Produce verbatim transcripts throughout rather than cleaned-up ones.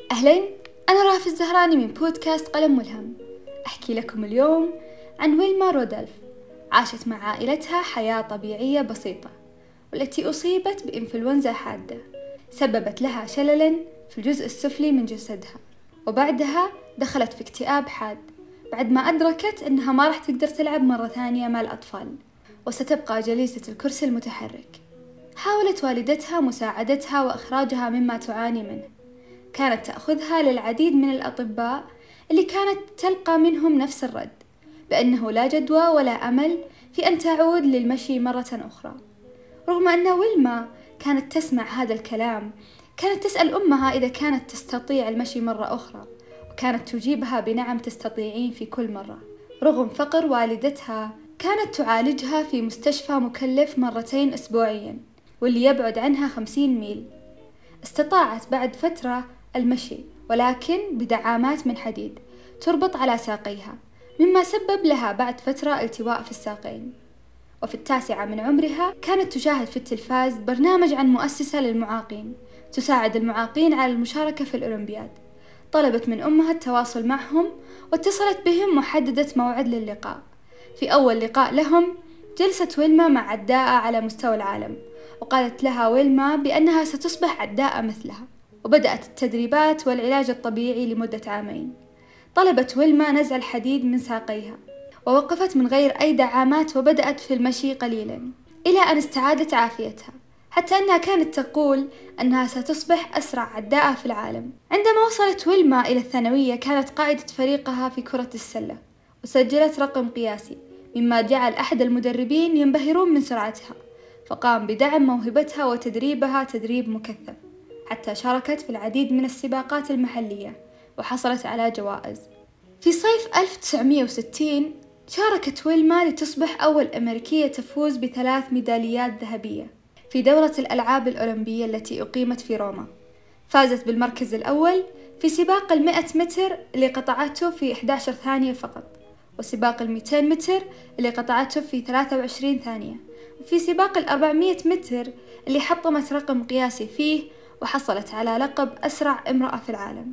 أهلين، أنا رافي الزهراني من بودكاست قلم ملهم. أحكي لكم اليوم عن ويلما رودولف. عاشت مع عائلتها حياة طبيعية بسيطة، والتي أصيبت بإنفلونزا حادة سببت لها شلل في الجزء السفلي من جسدها، وبعدها دخلت في اكتئاب حاد بعد ما أدركت أنها ما راح تقدر تلعب مرة ثانية مع الأطفال وستبقى جليسة الكرسي المتحرك. حاولت والدتها مساعدتها وإخراجها مما تعاني منه. كانت تأخذها للعديد من الأطباء اللي كانت تلقى منهم نفس الرد، بأنه لا جدوى ولا أمل في أن تعود للمشي مرة أخرى. رغم أن ويلما كانت تسمع هذا الكلام، كانت تسأل أمها إذا كانت تستطيع المشي مرة أخرى، وكانت تجيبها بنعم تستطيعين في كل مرة. رغم فقر والدتها، كانت تعالجها في مستشفى مكلف مرتين أسبوعيا واللي يبعد عنها خمسين ميل. استطاعت بعد فترة المشي، ولكن بدعامات من حديد تربط على ساقيها، مما سبب لها بعد فترة التواء في الساقين. وفي التاسعة من عمرها كانت تشاهد في التلفاز برنامج عن مؤسسة للمعاقين تساعد المعاقين على المشاركة في الأولمبياد. طلبت من أمها التواصل معهم واتصلت بهم وحددت موعد للقاء. في أول لقاء لهم جلست ويلما مع عداءة على مستوى العالم، وقالت لها ويلما بأنها ستصبح عداءة مثلها، وبدأت التدريبات والعلاج الطبيعي لمدة عامين. طلبت ويلما نزع الحديد من ساقيها، ووقفت من غير أي دعامات وبدأت في المشي قليلا إلى أن استعادت عافيتها، حتى أنها كانت تقول أنها ستصبح أسرع عداءة في العالم. عندما وصلت ويلما إلى الثانوية، كانت قائدة فريقها في كرة السلة، وسجلت رقم قياسي مما جعل أحد المدربين ينبهرون من سرعتها، فقام بدعم موهبتها وتدريبها تدريب مكثف، حتى شاركت في العديد من السباقات المحلية وحصلت على جوائز. في صيف ألف وتسعمائة وستين شاركت ويلما لتصبح أول أمريكية تفوز بثلاث ميداليات ذهبية في دورة الألعاب الأولمبية التي أقيمت في روما. فازت بالمركز الأول في سباق المئة متر اللي قطعته في إحدى عشرة ثانية فقط، وسباق المئتين متر اللي قطعته في ثلاثة وعشرين ثانية، وفي سباق الأربعمائة متر اللي حطمت رقم قياسي فيه وحصلت على لقب أسرع امرأة في العالم.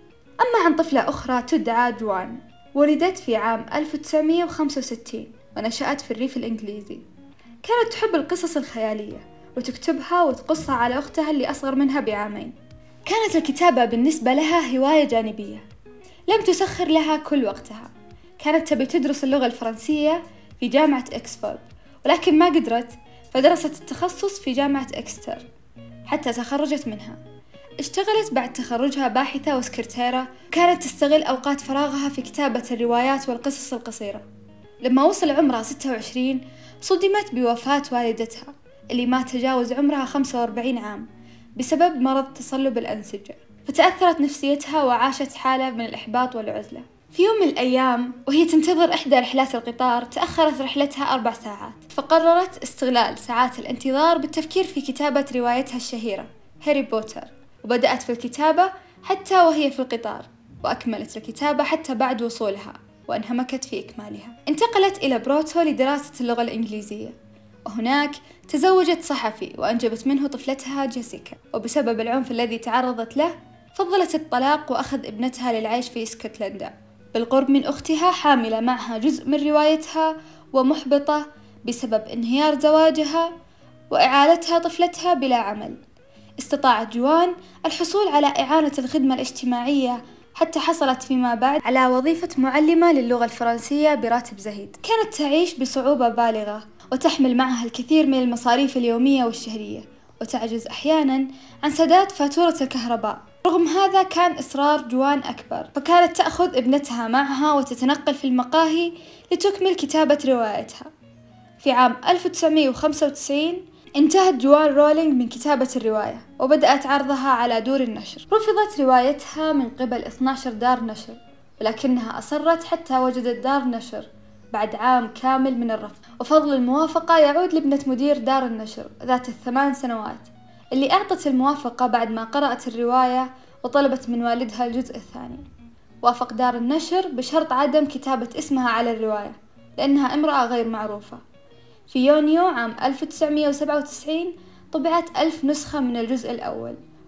أما عن طفلة أخرى تدعى جوان، ولدت في عام ألف وتسعمائة وخمسة وستين ونشأت في الريف الإنجليزي. كانت تحب القصص الخيالية وتكتبها وتقصها على أختها اللي أصغر منها بعامين. كانت الكتابة بالنسبة لها هواية جانبية لم تسخر لها كل وقتها. كانت تبي تدرس اللغة الفرنسية في جامعة إكسفورد، ولكن ما قدرت، فدرست التخصص في جامعة إكستر حتى تخرجت منها. اشتغلت بعد تخرجها باحثة وسكرتيرة، كانت تستغل أوقات فراغها في كتابة الروايات والقصص القصيرة. لما وصل عمرها ستة وعشرين صدمت بوفاة والدتها اللي ما تجاوز عمرها خمسة وأربعين عام بسبب مرض تصلب الأنسجة، فتأثرت نفسيتها وعاشت حالة من الإحباط والعزلة. في يوم من الأيام وهي تنتظر إحدى رحلات القطار، تأخرت رحلتها أربع ساعات، فقررت استغلال ساعات الانتظار بالتفكير في كتابة روايتها الشهيرة هاري بوتر، وبدأت في الكتابة حتى وهي في القطار، وأكملت الكتابة حتى بعد وصولها وانهمكت في إكمالها. انتقلت إلى بروتو لدراسة اللغة الإنجليزية، وهناك تزوجت صحفي وأنجبت منه طفلتها جيسيكا. وبسبب العنف الذي تعرضت له فضلت الطلاق وأخذ ابنتها للعيش في اسكتلندا بالقرب من أختها، حاملة معها جزء من روايتها ومحبطة بسبب انهيار زواجها وإعالتها طفلتها بلا عمل. استطاعت جوان الحصول على إعانة الخدمة الاجتماعية حتى حصلت فيما بعد على وظيفة معلمة للغة الفرنسية براتب زهيد. كانت تعيش بصعوبة بالغة وتحمل معها الكثير من المصاريف اليومية والشهرية، وتعجز أحيانا عن سداد فاتورة الكهرباء. رغم هذا كان إصرار جوان أكبر، فكانت تأخذ ابنتها معها وتتنقل في المقاهي لتكمل كتابة روايتها. في عام ألف وتسعمائة وخمسة وتسعين انتهت جوان رولينج من كتابة الرواية وبدأت عرضها على دور النشر. رفضت روايتها من قبل اثنتي عشرة دار نشر، ولكنها أصرت حتى وجدت دار نشر بعد عام كامل من الرفض، وفضل الموافقة يعود لابنة مدير دار النشر ذات الثمان سنوات اللي أعطت الموافقة بعد ما قرأت الرواية وطلبت من والدها الجزء الثاني. وافق دار النشر بشرط عدم كتابة اسمها على الرواية لأنها امرأة غير معروفة. في يونيو عام ألف وتسعمائة وسبعة وتسعين طبعت ألف نسخة من الجزء الأول،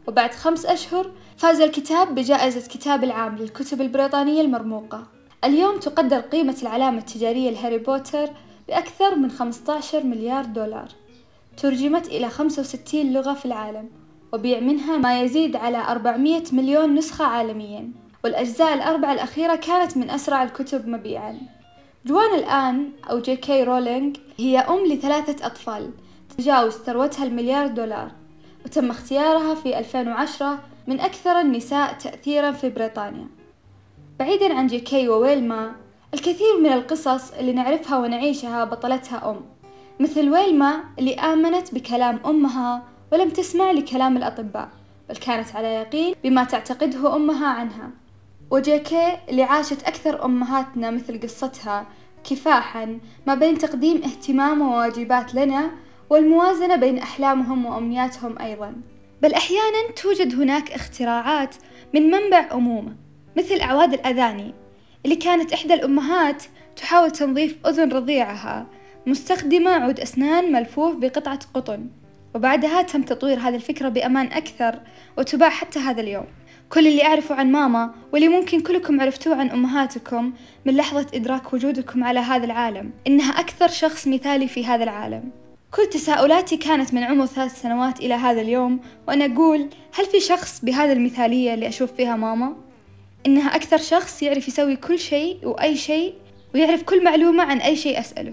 وبعد خمس أشهر فاز الكتاب بجائزة كتاب العام للكتب البريطانية المرموقة. اليوم تقدر قيمة العلامة التجارية لهاري بوتر بأكثر من خمسة عشر مليار دولار، ترجمت إلى خمسة وستين لغة في العالم، وبيع منها ما يزيد على أربعمائة مليون نسخة عالميا، والأجزاء الأربعة الأخيرة كانت من أسرع الكتب مبيعا. جوان الآن أو جي كي رولينج هي أم لثلاثة أطفال تجاوز ثروتها المليار دولار، وتم اختيارها في ألفين وعشرة من أكثر النساء تأثيرا في بريطانيا. بعيدا عن جي كي وويلما، الكثير من القصص اللي نعرفها ونعيشها بطلتها أم، مثل ويلما اللي آمنت بكلام أمها ولم تسمع لكلام الأطباء، بل كانت على يقين بما تعتقده أمها عنها. وجي كي اللي عاشت أكثر أمهاتنا مثل قصتها كفاحا ما بين تقديم اهتمام وواجبات لنا والموازنة بين أحلامهم وأمنياتهم أيضا. بل أحيانا توجد هناك اختراعات من منبع أمومة، مثل أعواد الأذاني اللي كانت إحدى الأمهات تحاول تنظيف أذن رضيعها مستخدمة عود أسنان ملفوف بقطعة قطن، وبعدها تم تطوير هذه الفكرة بأمان أكثر وتباع حتى هذا اليوم. كل اللي أعرفه عن ماما واللي ممكن كلكم عرفتوه عن أمهاتكم من لحظة إدراك وجودكم على هذا العالم إنها أكثر شخص مثالي في هذا العالم. كل تساؤلاتي كانت من عمر ثلاث سنوات إلى هذا اليوم وأنا أقول هل في شخص بهذا المثالية اللي أشوف فيها ماما؟ إنها أكثر شخص يعرف يسوي كل شيء وأي شيء ويعرف كل معلومة عن أي شيء أسأله،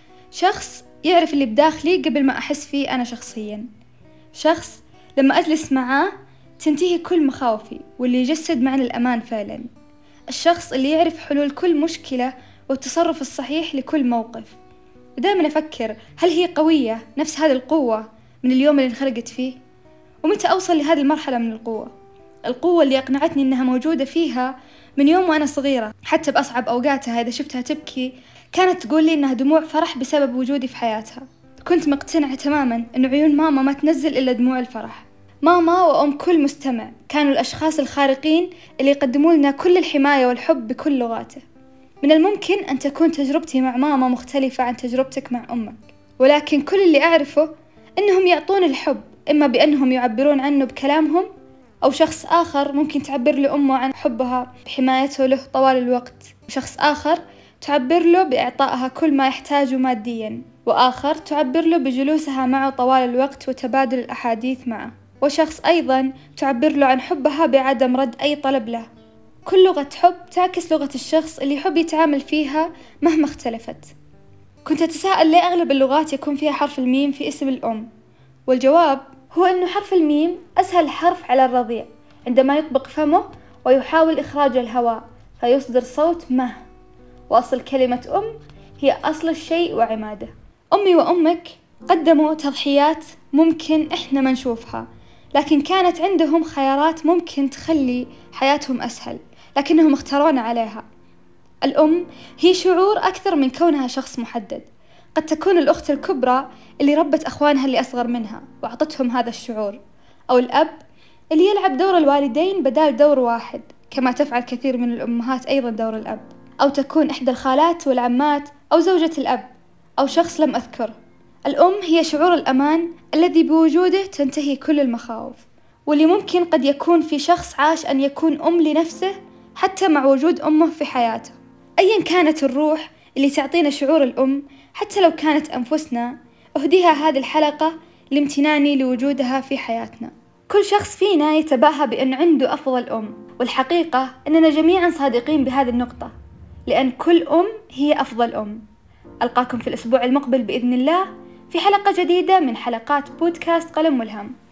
شخص يعرف اللي بداخلي قبل ما أحس فيه أنا شخصيا، شخص لما أجلس معاه تنتهي كل مخاوفي واللي يجسد معنى الأمان فعلا، الشخص اللي يعرف حلول كل مشكلة والتصرف الصحيح لكل موقف. ودائما أفكر هل هي قوية نفس هذه القوة من اليوم اللي انخلقت فيه؟ ومتى أوصل لهذه المرحلة من القوة؟ القوة اللي أقنعتني إنها موجودة فيها من يوم وأنا صغيرة، حتى بأصعب أوقاتها إذا شفتها تبكي كانت تقول لي إنها دموع فرح بسبب وجودي في حياتها. كنت مقتنعة تماما إن عيون ماما ما تنزل إلا دموع الفرح. ماما وأم كل مستمع كانوا الأشخاص الخارقين اللي يقدموا لنا كل الحماية والحب بكل لغاته. من الممكن أن تكون تجربتي مع ماما مختلفة عن تجربتك مع أمك، ولكن كل اللي أعرفه إنهم يعطون الحب إما بأنهم يعبرون عنه بكلامهم، أو شخص آخر ممكن تعبر لأمه عن حبها بحمايته له طوال الوقت، وشخص آخر تعبر له بإعطائها كل ما يحتاجه ماديا، وآخر تعبر له بجلوسها معه طوال الوقت وتبادل الأحاديث معه، وشخص أيضا تعبر له عن حبها بعدم رد أي طلب له. كل لغة حب تعكس لغة الشخص اللي يحب يتعامل فيها مهما اختلفت. كنت أتساءل ليه أغلب اللغات يكون فيها حرف الميم في اسم الأم، والجواب هو أنه حرف الميم أسهل حرف على الرضيع عندما يطبق فمه ويحاول إخراج الهواء فيصدر صوت مه، وأصل كلمة أم هي أصل الشيء وعماده. أمي وأمك قدموا تضحيات ممكن إحنا ما نشوفها، لكن كانت عندهم خيارات ممكن تخلي حياتهم أسهل، لكنهم اختارونا عليها. الأم هي شعور أكثر من كونها شخص محدد. قد تكون الأخت الكبرى اللي ربت أخوانها اللي أصغر منها وأعطتهم هذا الشعور، أو الأب اللي يلعب دور الوالدين بدال دور واحد كما تفعل كثير من الأمهات أيضا دور الأب، أو تكون إحدى الخالات والعمات أو زوجة الأب أو شخص لم أذكره. الأم هي شعور الأمان الذي بوجوده تنتهي كل المخاوف، واللي ممكن قد يكون في شخص عاش أن يكون أم لنفسه حتى مع وجود أمه في حياته. أيا كانت الروح اللي تعطينا شعور الأم حتى لو كانت أنفسنا، أهديها هذه الحلقة لامتناني لوجودها في حياتنا. كل شخص فينا يتباهى بأن عنده أفضل أم، والحقيقة أننا جميعا صادقين بهذه النقطة، لأن كل أم هي أفضل أم. ألقاكم في الأسبوع المقبل بإذن الله في حلقة جديدة من حلقات بودكاست قلم ملهم.